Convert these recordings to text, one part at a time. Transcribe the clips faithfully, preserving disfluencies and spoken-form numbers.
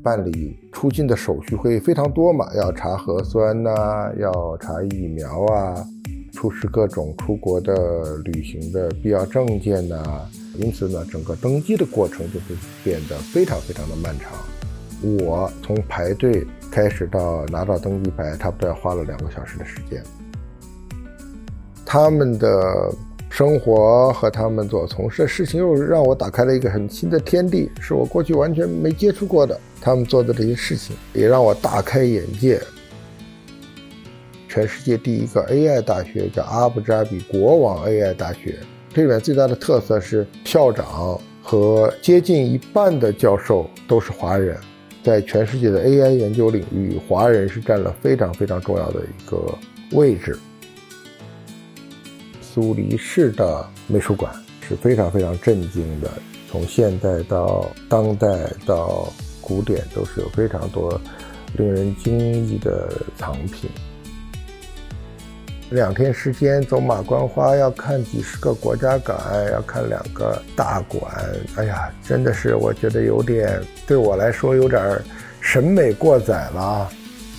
办理出境的手续会非常多嘛，要查核酸呐、啊，要查疫苗啊，出示各种出国的旅行的必要证件呐、啊，因此呢，整个登机的过程就会变得非常非常的漫长。我从排队开始到拿到登机牌，差不多要花了两个小时的时间。他们的生活和他们所从事的事情又让我打开了一个很新的天地，是我过去完全没接触过的。他们做的这些事情也让我大开眼界。全世界第一个 A I 大学叫阿布扎比国王 A I 大学，这里面最大的特色是校长和接近一半的教授都是华人。在全世界的 A I 研究领域，华人是占了非常非常重要的一个位置。苏黎世的美术馆是非常非常震惊的，从现代到当代到古典都是有非常多令人惊异的藏品。两天时间走马观花，要看几十个国家馆，要看两个大馆，哎呀，真的是我觉得有点，对我来说有点审美过载了。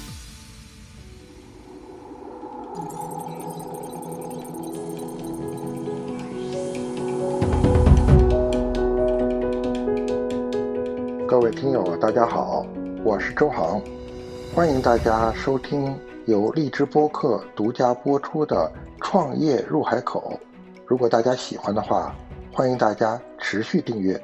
各位听友大家好，我是周航，欢迎大家收听由荔枝播客独家播出的创业入海口。如果大家喜欢的话，欢迎大家持续订阅。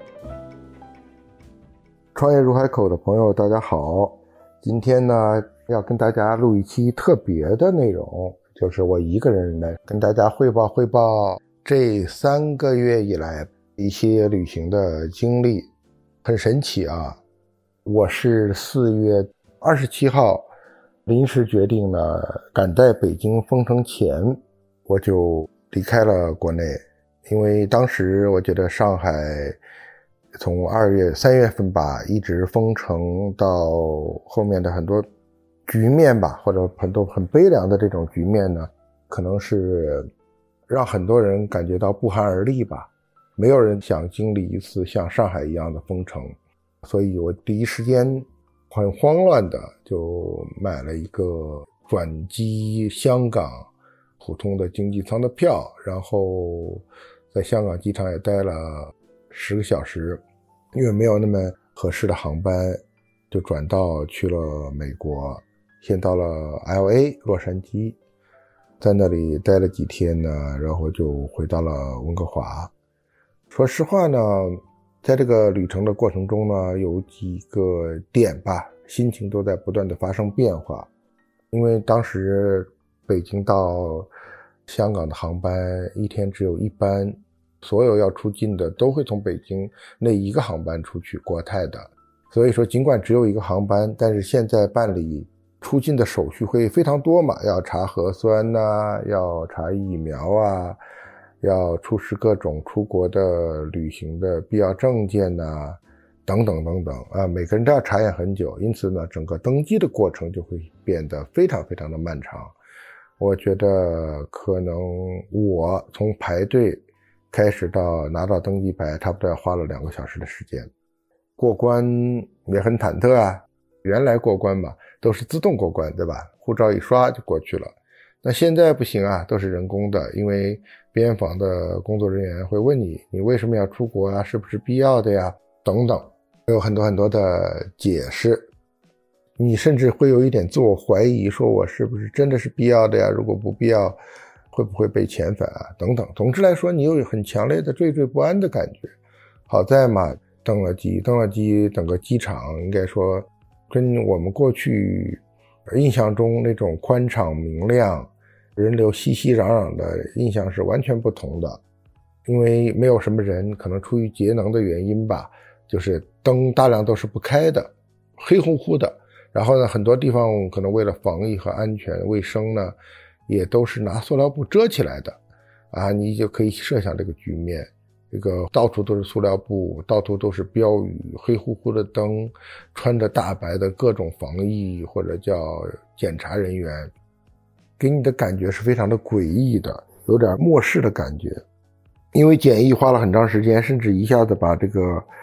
创业入海口的朋友大家好，今天呢要跟大家录一期特别的内容，就是我一个人来跟大家汇报汇报这三个月以来一些旅行的经历。很神奇啊，我是四月二十七号临时决定了赶在北京封城前我就离开了国内。因为当时我觉得上海从二月三月份吧一直封城到后面的很多局面吧，或者很多很悲凉的这种局面呢，可能是让很多人感觉到不寒而栗吧。没有人想经历一次像上海一样的封城，所以我第一时间很慌乱的就买了一个转机香港普通的经济舱的票，然后在香港机场也待了十个小时，因为没有那么合适的航班，就转到去了美国，先到了 L A 洛杉矶，在那里待了几天呢，然后就回到了温哥华。说实话呢，在这个旅程的过程中呢，有几个点吧，心情都在不断的发生变化。因为当时北京到香港的航班一天只有一班，所有要出境的都会从北京那一个航班出去，国泰的。所以说尽管只有一个航班，但是现在办理出境的手续会非常多嘛，要查核酸呐、啊，要查疫苗啊，要出示各种出国的旅行的必要证件呐、啊，等等等等啊，每个人都要查验很久，因此呢，整个登机的过程就会变得非常非常的漫长。我觉得可能我从排队开始到拿到登机牌，差不多要花了两个小时的时间。过关也很忐忑啊，原来过关嘛，都是自动过关，对吧？护照一刷就过去了。那现在不行啊，都是人工的，因为边防的工作人员会问你，你为什么要出国啊？是不是必要的呀？等等，有很多很多的解释。你甚至会有一点自我怀疑，说我是不是真的是必要的呀？如果不必要，会不会被遣返啊？等等。总之来说，你有很强烈的惴惴不安的感觉。好在嘛，登了机，登了机，整个机场应该说跟我们过去印象中那种宽敞明亮人流熙熙攘攘的印象是完全不同的。因为没有什么人，可能出于节能的原因吧，就是灯大量都是不开的，黑乎乎的。然后呢，很多地方可能为了防疫和安全卫生呢，也都是拿塑料布遮起来的啊，你就可以设想这个局面，这个到处都是塑料布，到处都是标语，黑乎乎的灯，穿着大白的各种防疫或者叫检查人员，给你的感觉是非常的诡异的，有点末世的感觉。因为检疫花了很长时间，甚至一下子把这个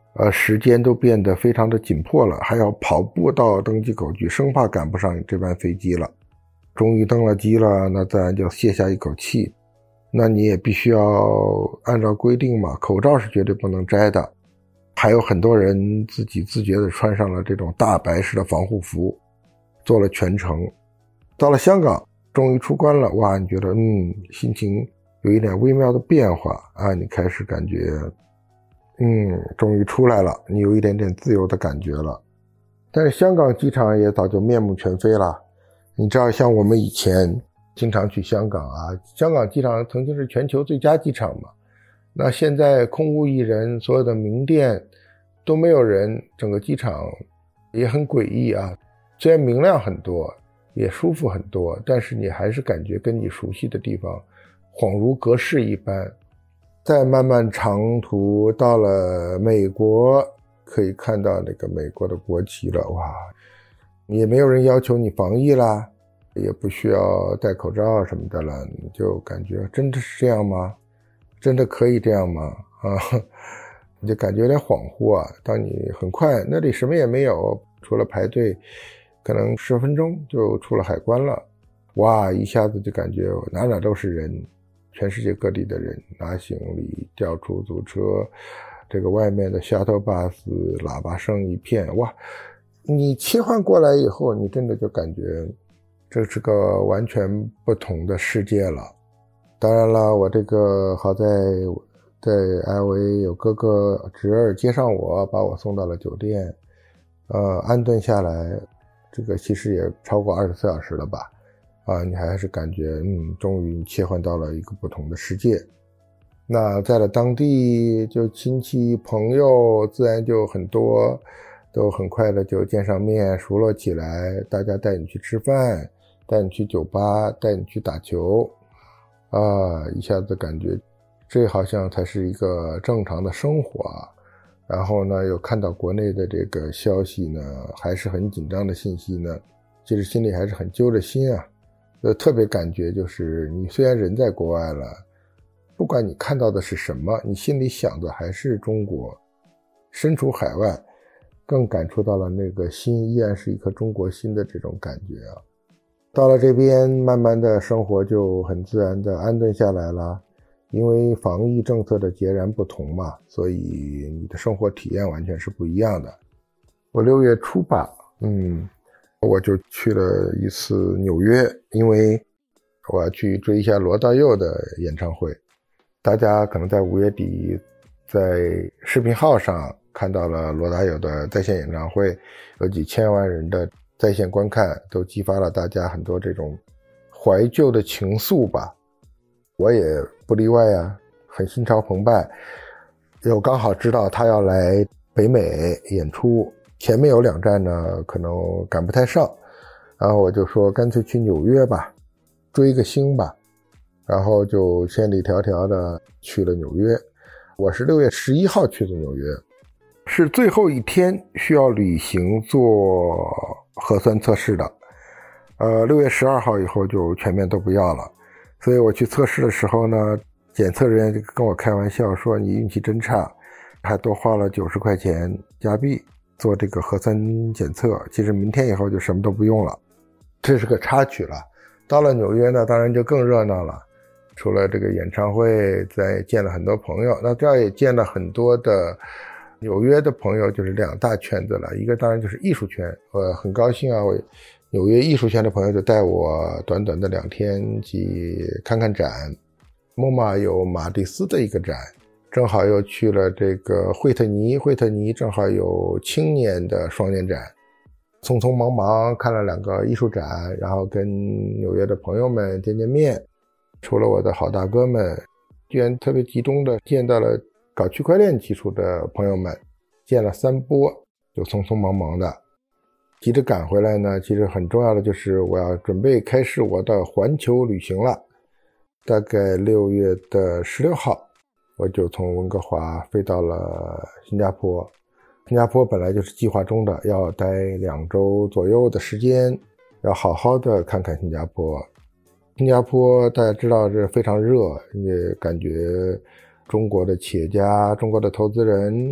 呃，时间都变得非常的紧迫了，还要跑步到登机口去，生怕赶不上这班飞机了。终于登了机了，那自然就卸下一口气。那你也必须要按照规定嘛，口罩是绝对不能摘的。还有很多人自己自觉地穿上了这种大白式的防护服，做了全程。到了香港，终于出关了，哇，你觉得嗯，心情有一点微妙的变化啊，你开始感觉嗯，终于出来了，你有一点点自由的感觉了。但是香港机场也早就面目全非了。你知道像我们以前经常去香港啊，香港机场曾经是全球最佳机场嘛，那现在空无一人，所有的名店都没有人，整个机场也很诡异啊。虽然明亮很多，也舒服很多，但是你还是感觉跟你熟悉的地方恍如隔世一般。再漫漫长途到了美国，可以看到那个美国的国旗了，哇，也没有人要求你防疫啦，也不需要戴口罩什么的了，你就感觉真的是这样吗？真的可以这样吗？啊，你就感觉有点恍惚啊。当你很快那里什么也没有，除了排队，可能十分钟就出了海关了，哇，一下子就感觉哪哪都是人，全世界各地的人拿行李、叫出租车，这个外面的 shuttle bus 喇叭声一片，哇，你切换过来以后，你真的就感觉这是个完全不同的世界了。当然了，我这个好在在 L A 有哥哥侄儿接上我，把我送到了酒店，呃，安顿下来，这个其实也超过二十四小时了吧。啊，你还是感觉嗯，终于切换到了一个不同的世界。那在了当地，就亲戚朋友自然就很多，都很快的就见上面，熟络起来，大家带你去吃饭，带你去酒吧，带你去打球，啊，一下子感觉这好像才是一个正常的生活啊。然后呢，又看到国内的这个消息呢，还是很紧张的信息呢，其实心里还是很揪着心啊。呃，特别感觉就是你虽然人在国外了，不管你看到的是什么，你心里想的还是中国。身处海外，更感触到了那个心依然是一颗中国心的这种感觉啊。到了这边，慢慢的生活就很自然的安顿下来了。因为防疫政策的截然不同嘛，所以你的生活体验完全是不一样的。我六月初吧，嗯。我就去了一次纽约，因为我要去追一下罗大佑的演唱会。大家可能在五月底在视频号上看到了罗大佑的在线演唱会，有几千万人的在线观看，都激发了大家很多这种怀旧的情愫吧。我也不例外啊，很心潮澎湃。又刚好知道他要来北美演出，前面有两站呢，可能赶不太上，然后我就说干脆去纽约吧，追个星吧，然后就千里迢迢的去了纽约。我是六月十一号去的纽约，是最后一天需要旅行做核酸测试的，呃，六月十二号以后就全面都不要了。所以我去测试的时候呢，检测人员就跟我开玩笑说你运气真差，还多花了九十块钱加币做这个核酸检测，其实明天以后就什么都不用了，这是个插曲了。到了纽约呢，当然就更热闹了，除了这个演唱会，再见了很多朋友，那这样也见了很多的纽约的朋友，就是两大圈子了。一个当然就是艺术圈，我很高兴啊，我纽约艺术圈的朋友就带我短短的两天去看看展。MoMA 有马蒂斯的一个展，正好又去了这个惠特尼，惠特尼正好有青年的双年展，匆匆忙忙看了两个艺术展，然后跟纽约的朋友们见见面。除了我的好大哥们，居然特别集中的见到了搞区块链技术的朋友们，见了三波，就匆匆忙忙的急着赶回来呢。其实很重要的就是我要准备开始我的环球旅行了，大概六月的十六号我就从温哥华飞到了新加坡。新加坡本来就是计划中的，要待两周左右的时间，要好好的看看新加坡。新加坡大家知道这非常热，也感觉中国的企业家、中国的投资人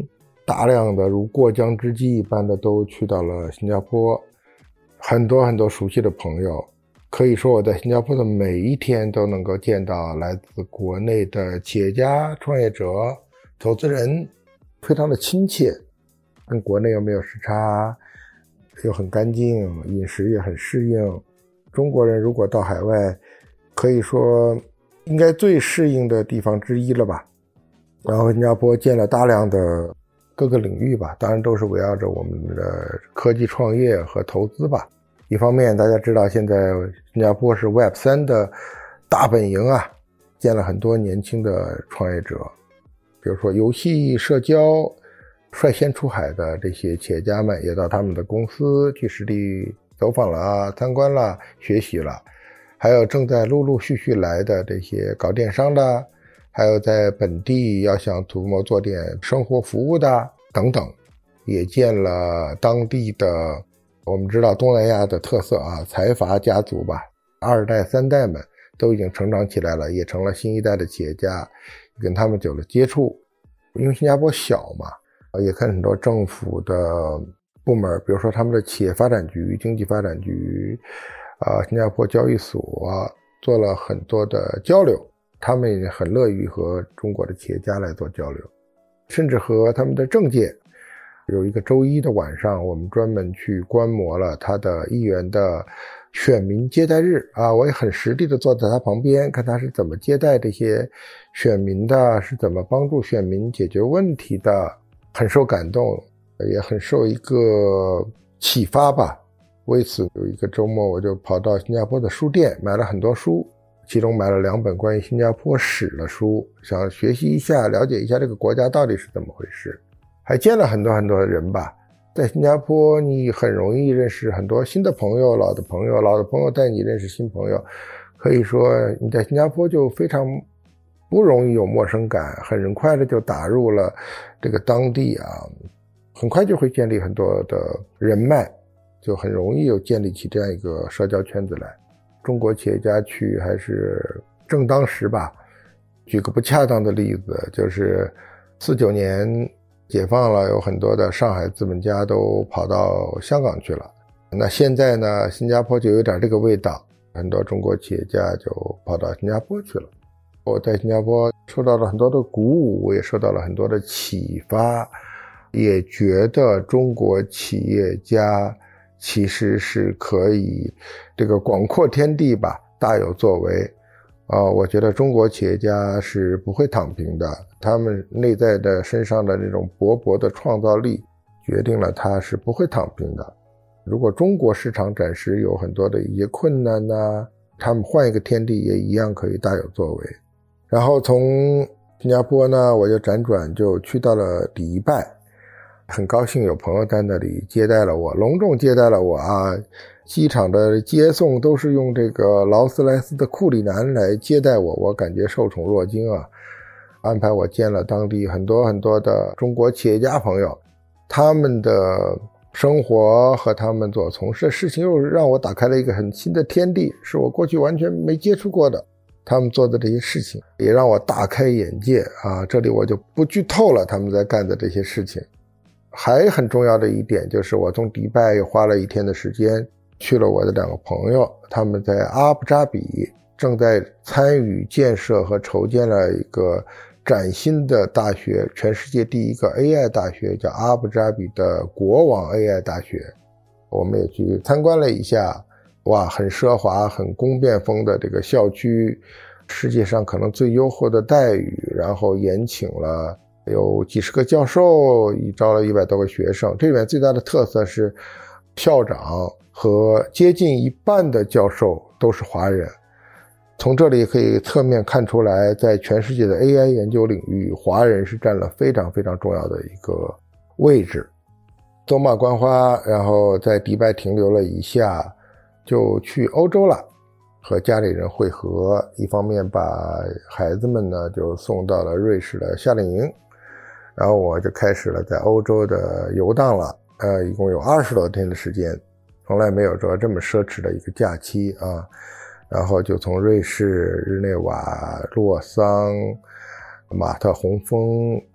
大量的如过江之鲫一般的都去到了新加坡，很多很多熟悉的朋友，可以说我在新加坡的每一天都能够见到来自国内的企业家、创业者、投资人，非常的亲切，跟国内又没有时差，又很干净，饮食也很适应。中国人如果到海外，可以说应该最适应的地方之一了吧。然后新加坡建了大量的各个领域吧，当然都是围绕着我们的科技创业和投资吧。一方面大家知道现在新加坡是 Web 三 的大本营啊，建了很多年轻的创业者，比如说游戏、社交率先出海的这些企业家们也到他们的公司去实地走访了、参观了、学习了，还有正在陆陆续续来的这些搞电商的，还有在本地要想图谋做点生活服务的等等，也建了当地的，我们知道东南亚的特色啊，财阀家族吧，二代三代们都已经成长起来了，也成了新一代的企业家，跟他们有了接触。因为新加坡小嘛，也看很多政府的部门，比如说他们的企业发展局、经济发展局、呃，新加坡交易所做了很多的交流，他们也很乐于和中国的企业家来做交流，甚至和他们的政界。有一个周一的晚上，我们专门去观摩了他的议员的选民接待日啊，我也很实地的坐在他旁边，看他是怎么接待这些选民的，是怎么帮助选民解决问题的，很受感动，也很受一个启发吧。为此有一个周末我就跑到新加坡的书店买了很多书，其中买了两本关于新加坡史的书，想学习一下，了解一下这个国家到底是怎么回事。还见了很多很多人吧，在新加坡你很容易认识很多新的朋友，老的朋友，老的朋友带你认识新朋友，可以说你在新加坡就非常不容易有陌生感，很快的就打入了这个当地啊，很快就会建立很多的人脉，就很容易有建立起这样一个社交圈子来。中国企业家去还是正当时吧。举个不恰当的例子，就是四九年解放了，有很多的上海资本家都跑到香港去了。那现在呢，新加坡就有点这个味道，很多中国企业家就跑到新加坡去了。我在新加坡受到了很多的鼓舞，我也受到了很多的启发，也觉得中国企业家其实是可以这个广阔天地吧，大有作为。啊、呃，我觉得中国企业家是不会躺平的，他们内在的身上的那种勃勃的创造力决定了他是不会躺平的。如果中国市场暂时有很多的一些困难呢，他们换一个天地也一样可以大有作为。然后从新加坡呢，我就辗转就去到了迪拜，很高兴有朋友在那里接待了我，隆重接待了我啊。机场的接送都是用这个劳斯莱斯的库里南来接待我，我感觉受宠若惊啊。安排我见了当地很多很多的中国企业家朋友，他们的生活和他们所从事的事情又让我打开了一个很新的天地，是我过去完全没接触过的。他们做的这些事情也让我大开眼界啊，这里我就不剧透了他们在干的这些事情。还很重要的一点就是我从迪拜又花了一天的时间去了我的两个朋友，他们在阿布扎比正在参与建设和筹建了一个崭新的大学，全世界第一个 A I 大学，叫阿布扎比的国王 A I 大学。我们也去参观了一下，哇，很奢华很宫殿风的这个校区，世界上可能最优厚的待遇，然后延请了有几十个教授，招了一百多个学生。这里面最大的特色是校长和接近一半的教授都是华人。从这里可以侧面看出来，在全世界的 A I 研究领域，华人是占了非常非常重要的一个位置。走马观花，然后在迪拜停留了一下，就去欧洲了，和家里人会合。一方面把孩子们呢就送到了瑞士的夏令营，然后我就开始了在欧洲的游荡了。呃，一共有二十多天的时间，从来没有说这么奢侈的一个假期啊。然后就从瑞士、日内瓦、洛桑、马特洪峰，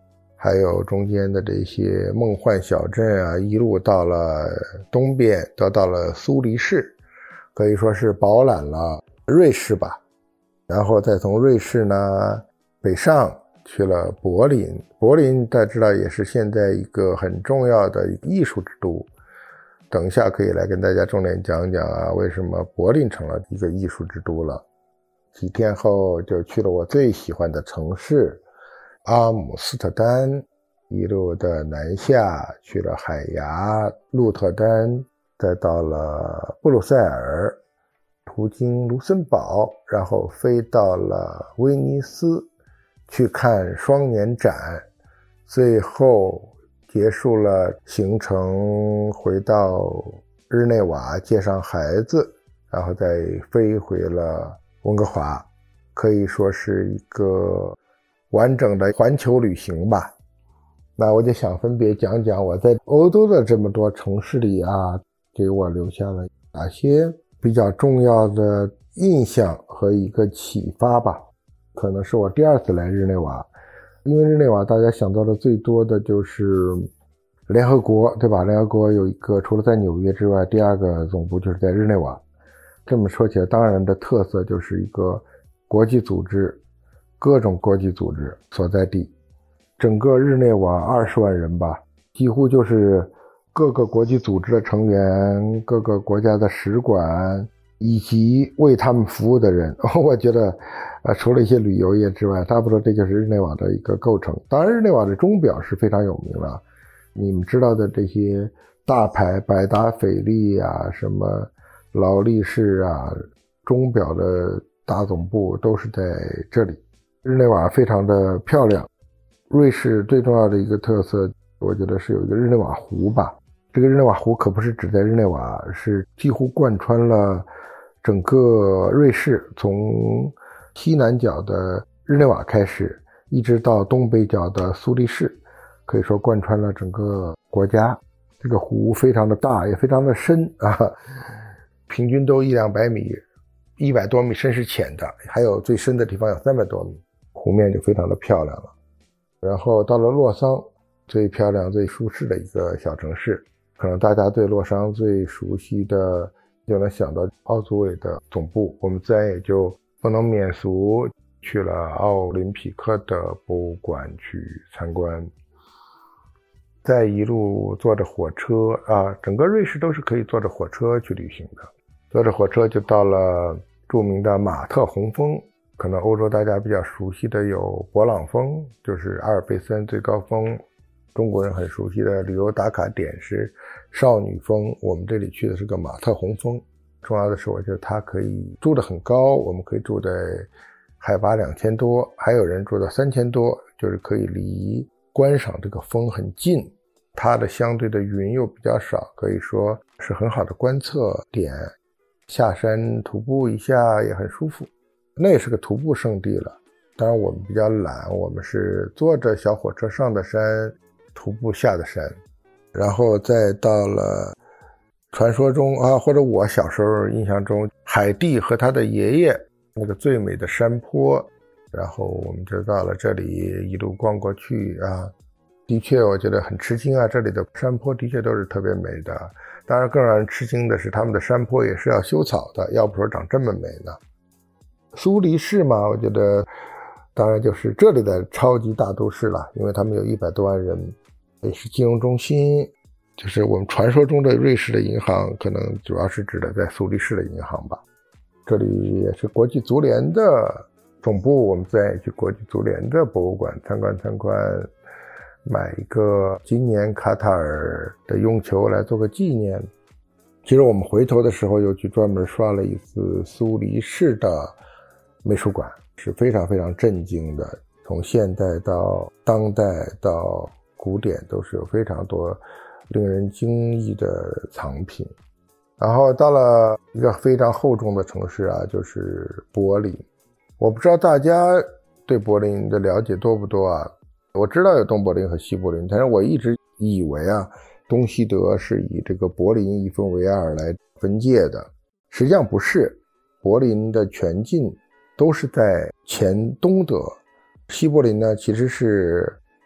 还有中间的这些梦幻小镇啊，一路到了东边，都到了苏黎世，可以说是饱览了瑞士吧。然后再从瑞士呢北上去了柏林，柏林大家知道也是现在一个很重要的艺术之都，等一下可以来跟大家重点讲讲啊，为什么柏林成了一个艺术之都了。几天后就去了我最喜欢的城市阿姆斯特丹，一路的南下去了海牙、鹿特丹，再到了布鲁塞尔，途经卢森堡，然后飞到了威尼斯去看双年展，最后结束了行程，回到日内瓦接上孩子，然后再飞回了温哥华，可以说是一个完整的环球旅行吧。那我就想分别讲讲我在欧洲的这么多城市里啊，给我留下了哪些比较重要的印象和一个启发吧。可能是我第二次来日内瓦，因为日内瓦大家想到的最多的就是联合国，对吧？联合国有一个除了在纽约之外，第二个总部就是在日内瓦。这么说起来，当然的特色就是一个国际组织，各种国际组织所在地。整个日内瓦二十万人吧，几乎就是各个国际组织的成员，各个国家的使馆，以及为他们服务的人。我觉得呃，除了一些旅游业之外，差不多这就是日内瓦的一个构成。当然日内瓦的钟表是非常有名了，你们知道的这些大牌百达翡丽啊，什么劳力士啊，钟表的大总部都是在这里。日内瓦非常的漂亮。瑞士最重要的一个特色，我觉得是有一个日内瓦湖吧。这个日内瓦湖可不是只在日内瓦，是几乎贯穿了整个瑞士，从西南角的日内瓦开始，一直到东北角的苏黎世，可以说贯穿了整个国家。这个湖非常的大，也非常的深啊，平均都一两百米，一百多米深是浅的，还有最深的地方有三百多米，湖面就非常的漂亮了。然后到了洛桑，最漂亮最舒适的一个小城市，可能大家对洛桑最熟悉的就能想到奥组委的总部，我们自然也就不能免俗去了奥林匹克的博物馆去参观，再一路坐着火车啊，整个瑞士都是可以坐着火车去旅行的，坐着火车就到了著名的马特洪峰。可能欧洲大家比较熟悉的有勃朗峰，就是阿尔卑斯山最高峰，中国人很熟悉的旅游打卡点是少女峰，我们这里去的是个马特洪峰。重要的是我觉得它可以住得很高，我们可以住在海拔两千多，还有人住到三千多，就是可以离观赏这个峰很近，它的相对的云又比较少，可以说是很好的观测点，下山徒步一下也很舒服。那也是个徒步圣地了，当然我们比较懒，我们是坐着小火车上的山，徒步下的山，然后再到了传说中啊，或者我小时候印象中海蒂和他的爷爷那个最美的山坡，然后我们就到了这里，一路逛过去啊，的确我觉得很吃惊啊，这里的山坡的确都是特别美的。当然更让人吃惊的是他们的山坡也是要修草的，要不说长这么美呢。苏黎世嘛，我觉得当然就是这里的超级大都市了，因为他们有一百多万人，也是金融中心，就是我们传说中的瑞士的银行，可能主要是指的在苏黎世的银行吧。这里也是国际足联的总部，我们自然也去国际足联的博物馆参观参观，买一个今年卡塔尔的用球来做个纪念。其实我们回头的时候又去专门刷了一次苏黎世的美术馆，是非常非常震惊的，从现代到当代到古典都是有非常多令人惊异的藏品。然后到了一个非常厚重的城市啊，就是柏林。我不知道大家对柏林的了解多不多啊？我知道有东柏林和西柏林，但是我一直以为啊，东西德是以这个柏林一分为二来分界的，实际上不是，柏林的全境都是在前东德，西柏林呢其实是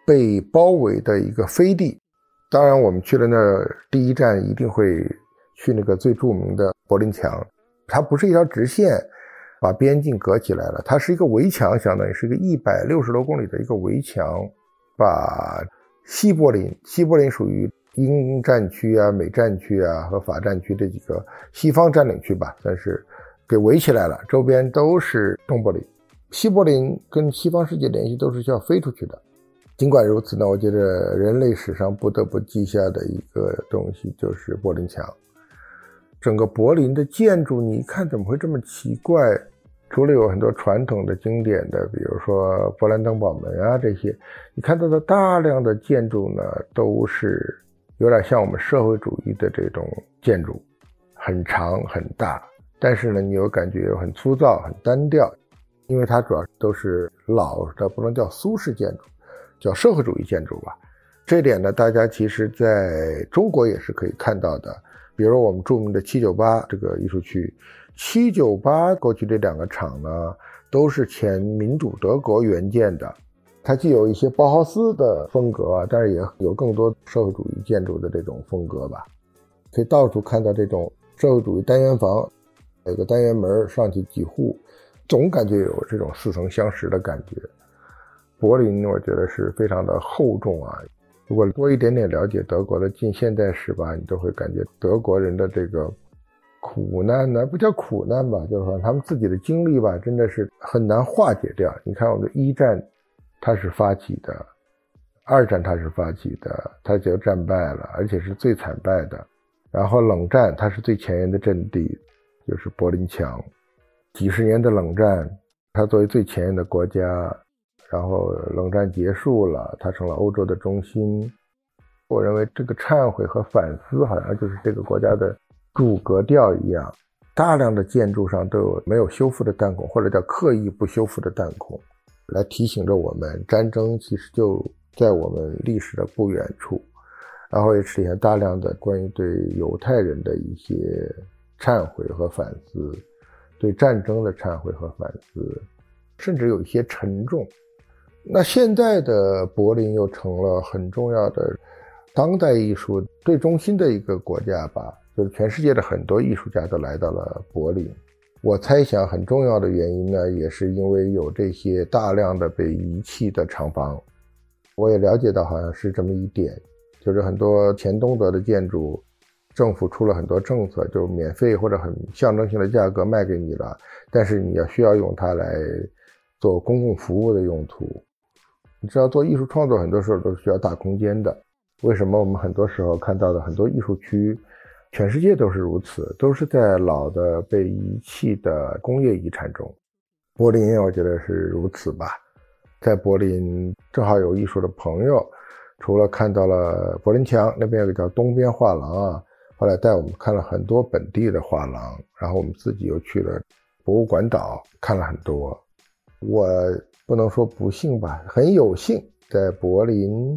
被包围的一个飞地。当然我们去了那第一站一定会去那个最著名的柏林墙，它不是一条直线把边境隔起来了，它是一个围墙，相当于是一个一百六十多公里的一个围墙，把西柏林西柏林属于英战区啊、美战区啊和法战区这几个西方占领区吧，算是给围起来了，周边都是东柏林。西柏林跟西方世界联系都是需要飞出去的。尽管如此呢，我觉得人类史上不得不记下的一个东西就是柏林墙。整个柏林的建筑你一看怎么会这么奇怪，除了有很多传统的经典的，比如说勃兰登堡门啊这些，你看到的大量的建筑呢都是有点像我们社会主义的这种建筑，很长很大，但是呢你又感觉又很粗糙很单调，因为它主要都是老的，不能叫苏式建筑，叫社会主义建筑吧。这点呢大家其实在中国也是可以看到的，比如我们著名的七九八这个艺术区，七九八过去这两个厂呢都是前民主德国援建的，它既有一些包豪斯的风格，但是也有更多社会主义建筑的这种风格吧。可以到处看到这种社会主义单元房，有个单元门上去几户，总感觉有这种似曾相识的感觉。柏林我觉得是非常的厚重啊，如果多一点点了解德国的近现代史吧，你都会感觉德国人的这个苦难呢，不叫苦难吧，就是说他们自己的经历吧，真的是很难化解掉。你看我们的一战他是发起的，二战他是发起的，他就战败了，而且是最惨败的。然后冷战他是最前沿的阵地，就是柏林墙。几十年的冷战，他作为最前沿的国家，然后冷战结束了，它成了欧洲的中心。我认为这个忏悔和反思好像就是这个国家的主格调一样，大量的建筑上都有没有修复的弹孔，或者叫刻意不修复的弹孔，来提醒着我们战争其实就在我们历史的不远处。然后也体现大量的关于对犹太人的一些忏悔和反思，对战争的忏悔和反思，甚至有一些沉重。那现在的柏林又成了很重要的当代艺术最中心的一个国家吧，就是全世界的很多艺术家都来到了柏林。我猜想很重要的原因呢，也是因为有这些大量的被遗弃的厂房。我也了解到好像是这么一点，就是很多前东德的建筑，政府出了很多政策，就免费或者很象征性的价格卖给你了，但是你要需要用它来做公共服务的用途。你知道做艺术创作很多时候都是需要大空间的，为什么我们很多时候看到的很多艺术区，全世界都是如此，都是在老的被遗弃的工业遗产中。柏林我觉得是如此吧。在柏林正好有艺术的朋友，除了看到了柏林墙，那边有个叫东边画廊啊，后来带我们看了很多本地的画廊，然后我们自己又去了博物馆岛看了很多。我不能说不幸吧，很有幸在柏林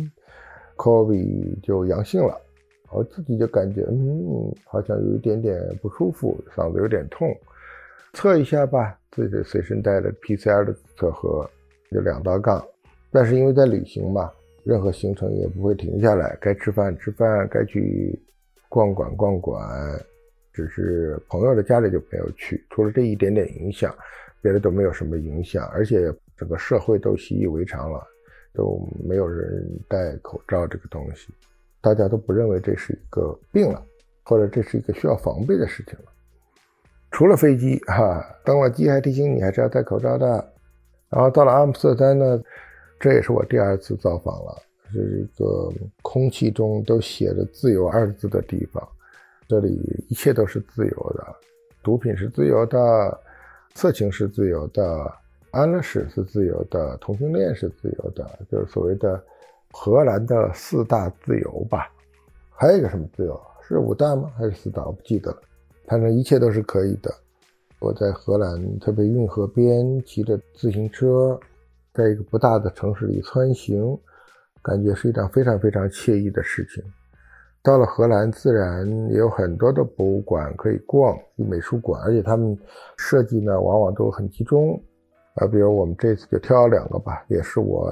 COVID 就阳性了，我自己就感觉嗯，好像有一点点不舒服，嗓子有点痛，测一下吧，自己随身带的 P C R 的测盒就两道杠，但是因为在旅行嘛，任何行程也不会停下来，该吃饭吃饭，该去逛馆逛馆，只是朋友的家里就没有去，除了这一点点影响，别的都没有什么影响，而且整个社会都习以为常了，都没有人戴口罩这个东西，大家都不认为这是一个病了，或者这是一个需要防备的事情了。除了飞机哈，登了机还提醒你还是要戴口罩的。然后到了阿姆斯特丹呢，这也是我第二次造访了，是一个空气中都写着自由二字的地方，这里一切都是自由的，毒品是自由的，色情是自由的，安乐死是自由的，同性恋是自由的，就是所谓的荷兰的四大自由吧。还有一个什么自由？是五大吗？还是四大？我不记得了。反正一切都是可以的。我在荷兰特别运河边骑着自行车，在一个不大的城市里穿行，感觉是一件非常非常惬意的事情。到了荷兰自然也有很多的博物馆可以逛，美术馆，而且他们设计呢往往都很集中啊，比如我们这次就挑两个吧，也是我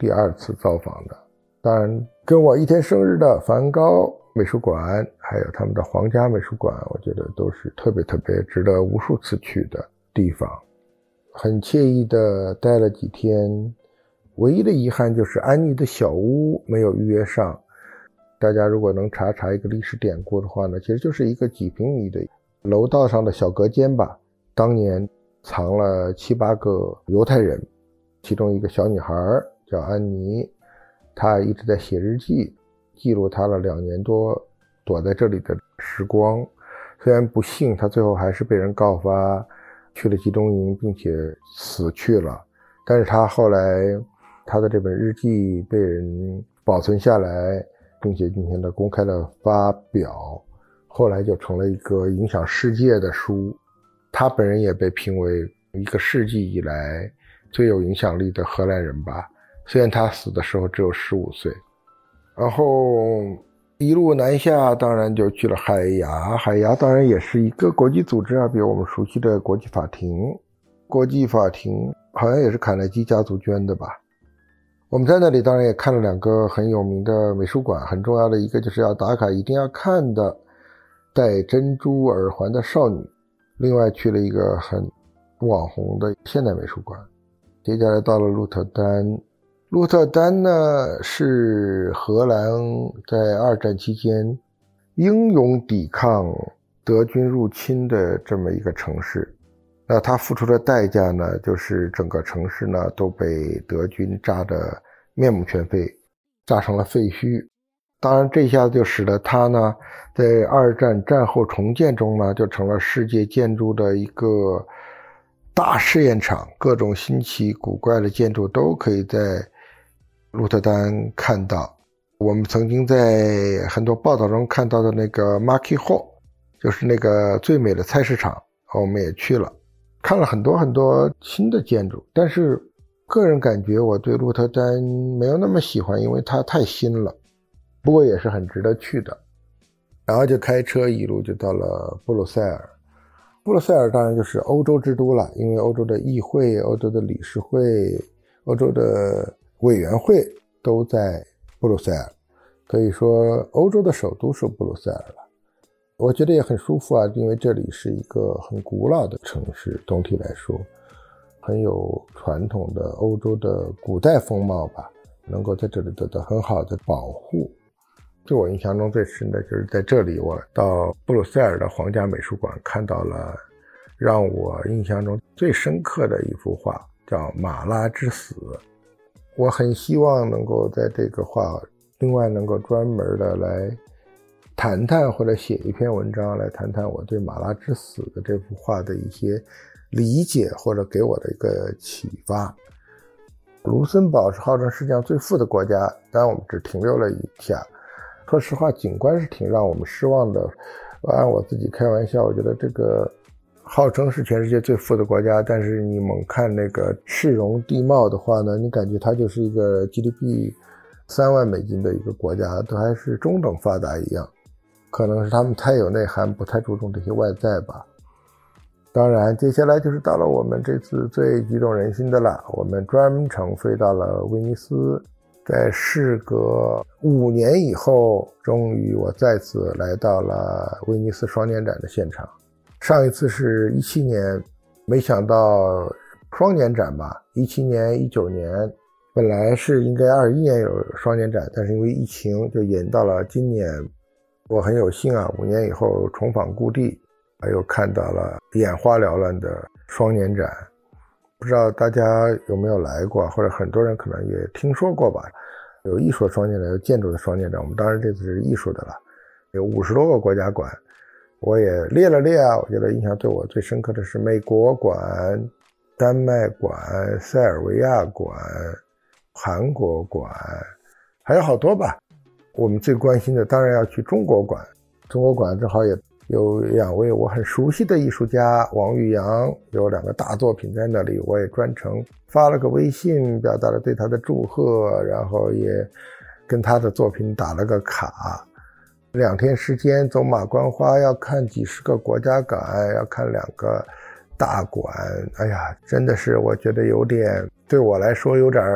第二次造访的。当然跟我一天生日的梵高美术馆还有他们的皇家美术馆，我觉得都是特别特别值得无数次去的地方。很惬意的待了几天，唯一的遗憾就是安妮的小屋没有预约上。大家如果能查查一个历史典故的话呢，其实就是一个几平米的楼道上的小隔间吧，当年藏了七八个犹太人，其中一个小女孩叫安妮，她一直在写日记，记录她了两年多躲在这里的时光。虽然不幸她最后还是被人告发去了集中营并且死去了，但是她后来她的这本日记被人保存下来，并且进行了公开的发表，后来就成了一个影响世界的书。他本人也被评为一个世纪以来最有影响力的荷兰人吧，虽然他死的时候只有十五岁。然后一路南下，当然就去了海牙。海牙当然也是一个国际组织啊，比如我们熟悉的国际法庭。国际法庭好像也是卡耐基家族捐的吧。我们在那里当然也看了两个很有名的美术馆，很重要的一个就是要打卡一定要看的戴珍珠耳环的少女，另外去了一个很网红的现代美术馆。接下来到了鹿特丹。鹿特丹呢是荷兰在二战期间英勇抵抗德军入侵的这么一个城市。那他付出的代价呢，就是整个城市呢都被德军炸得面目全非，炸成了废墟。当然这下子就使得他呢在二战战后重建中呢就成了世界建筑的一个大试验场，各种新奇古怪的建筑都可以在鹿特丹看到。我们曾经在很多报道中看到的那个 Market Hall， 就是那个最美的菜市场，我们也去了，看了很多很多新的建筑。但是个人感觉我对鹿特丹没有那么喜欢，因为它太新了，不过也是很值得去的。然后就开车一路就到了布鲁塞尔。布鲁塞尔当然就是欧洲之都了，因为欧洲的议会、欧洲的理事会、欧洲的委员会都在布鲁塞尔，可以说欧洲的首都是布鲁塞尔了。我觉得也很舒服啊，因为这里是一个很古老的城市，总体来说很有传统的欧洲的古代风貌吧，能够在这里得到很好的保护。对我印象中最深的就是在这里，我到布鲁塞尔的皇家美术馆看到了让我印象中最深刻的一幅画，叫《马拉之死》。我很希望能够在这个画另外能够专门的来谈谈，或者写一篇文章来谈谈我对马拉之死的这幅画的一些理解，或者给我的一个启发。卢森堡是号称世界上最富的国家，但我们只停留了一下，说实话景观是挺让我们失望的。按我自己开玩笑，我觉得这个号称是全世界最富的国家，但是你猛看那个市容地貌的话呢，你感觉它就是一个 G D P 三万美金的一个国家，都还是中等发达一样。可能是他们太有内涵，不太注重这些外在吧。当然接下来就是到了我们这次最激动人心的了，我们专程飞到了威尼斯，在事隔五年以后，终于我再次来到了威尼斯双年展的现场。上一次是一七年，没想到双年展吧，一七年一九年本来是应该二一年有双年展，但是因为疫情就延到了今年。我很有幸啊，五年以后重返故地，又看到了眼花缭乱的双年展。不知道大家有没有来过，或者很多人可能也听说过吧。有艺术双年展，有建筑的双年展，我们当然这次是艺术的了，有五十多个国家馆。我也列了列啊，我觉得印象对我最深刻的是美国馆、丹麦馆、塞尔维亚馆、韩国馆，还有好多吧。我们最关心的当然要去中国馆，中国馆正好也有两位我很熟悉的艺术家，王玉阳有两个大作品在那里，我也专程发了个微信表达了对他的祝贺，然后也跟他的作品打了个卡。两天时间走马观花，要看几十个国家馆，要看两个大馆，哎呀，真的是我觉得有点对我来说有点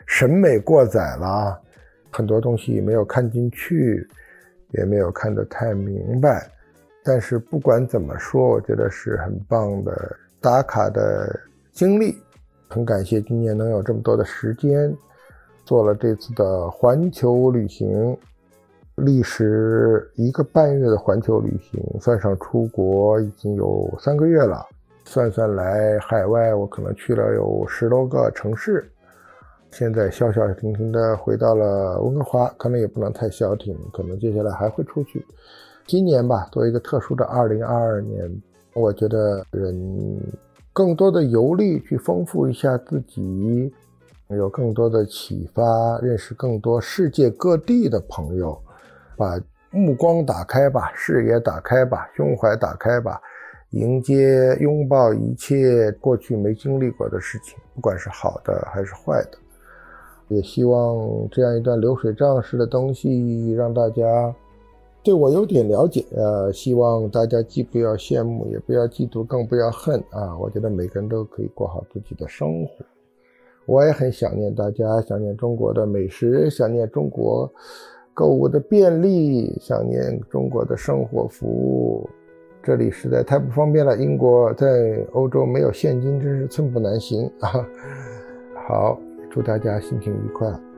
审美过载了，很多东西没有看进去，也没有看得太明白。但是不管怎么说，我觉得是很棒的打卡的经历。很感谢今年能有这么多的时间做了这次的环球旅行，历时一个半月的环球旅行，算上出国已经有三个月了。算算来，海外我可能去了有十多个城市。现在消消停停的回到了温哥华，可能也不能太消停，可能接下来还会出去。今年吧，作为一个特殊的二零二二年，我觉得人更多的游历，去丰富一下自己，有更多的启发，认识更多世界各地的朋友，把目光打开吧，视野打开吧，胸怀打开吧，迎接拥抱一切过去没经历过的事情，不管是好的还是坏的。也希望这样一段流水账式的东西让大家对我有点了解，呃，希望大家既不要羡慕，也不要嫉妒，更不要恨啊！我觉得每个人都可以过好自己的生活。我也很想念大家，想念中国的美食，想念中国购物的便利，想念中国的生活服务。这里实在太不方便了，英国在欧洲没有现金真是寸步难行啊！好，祝大家心情愉快。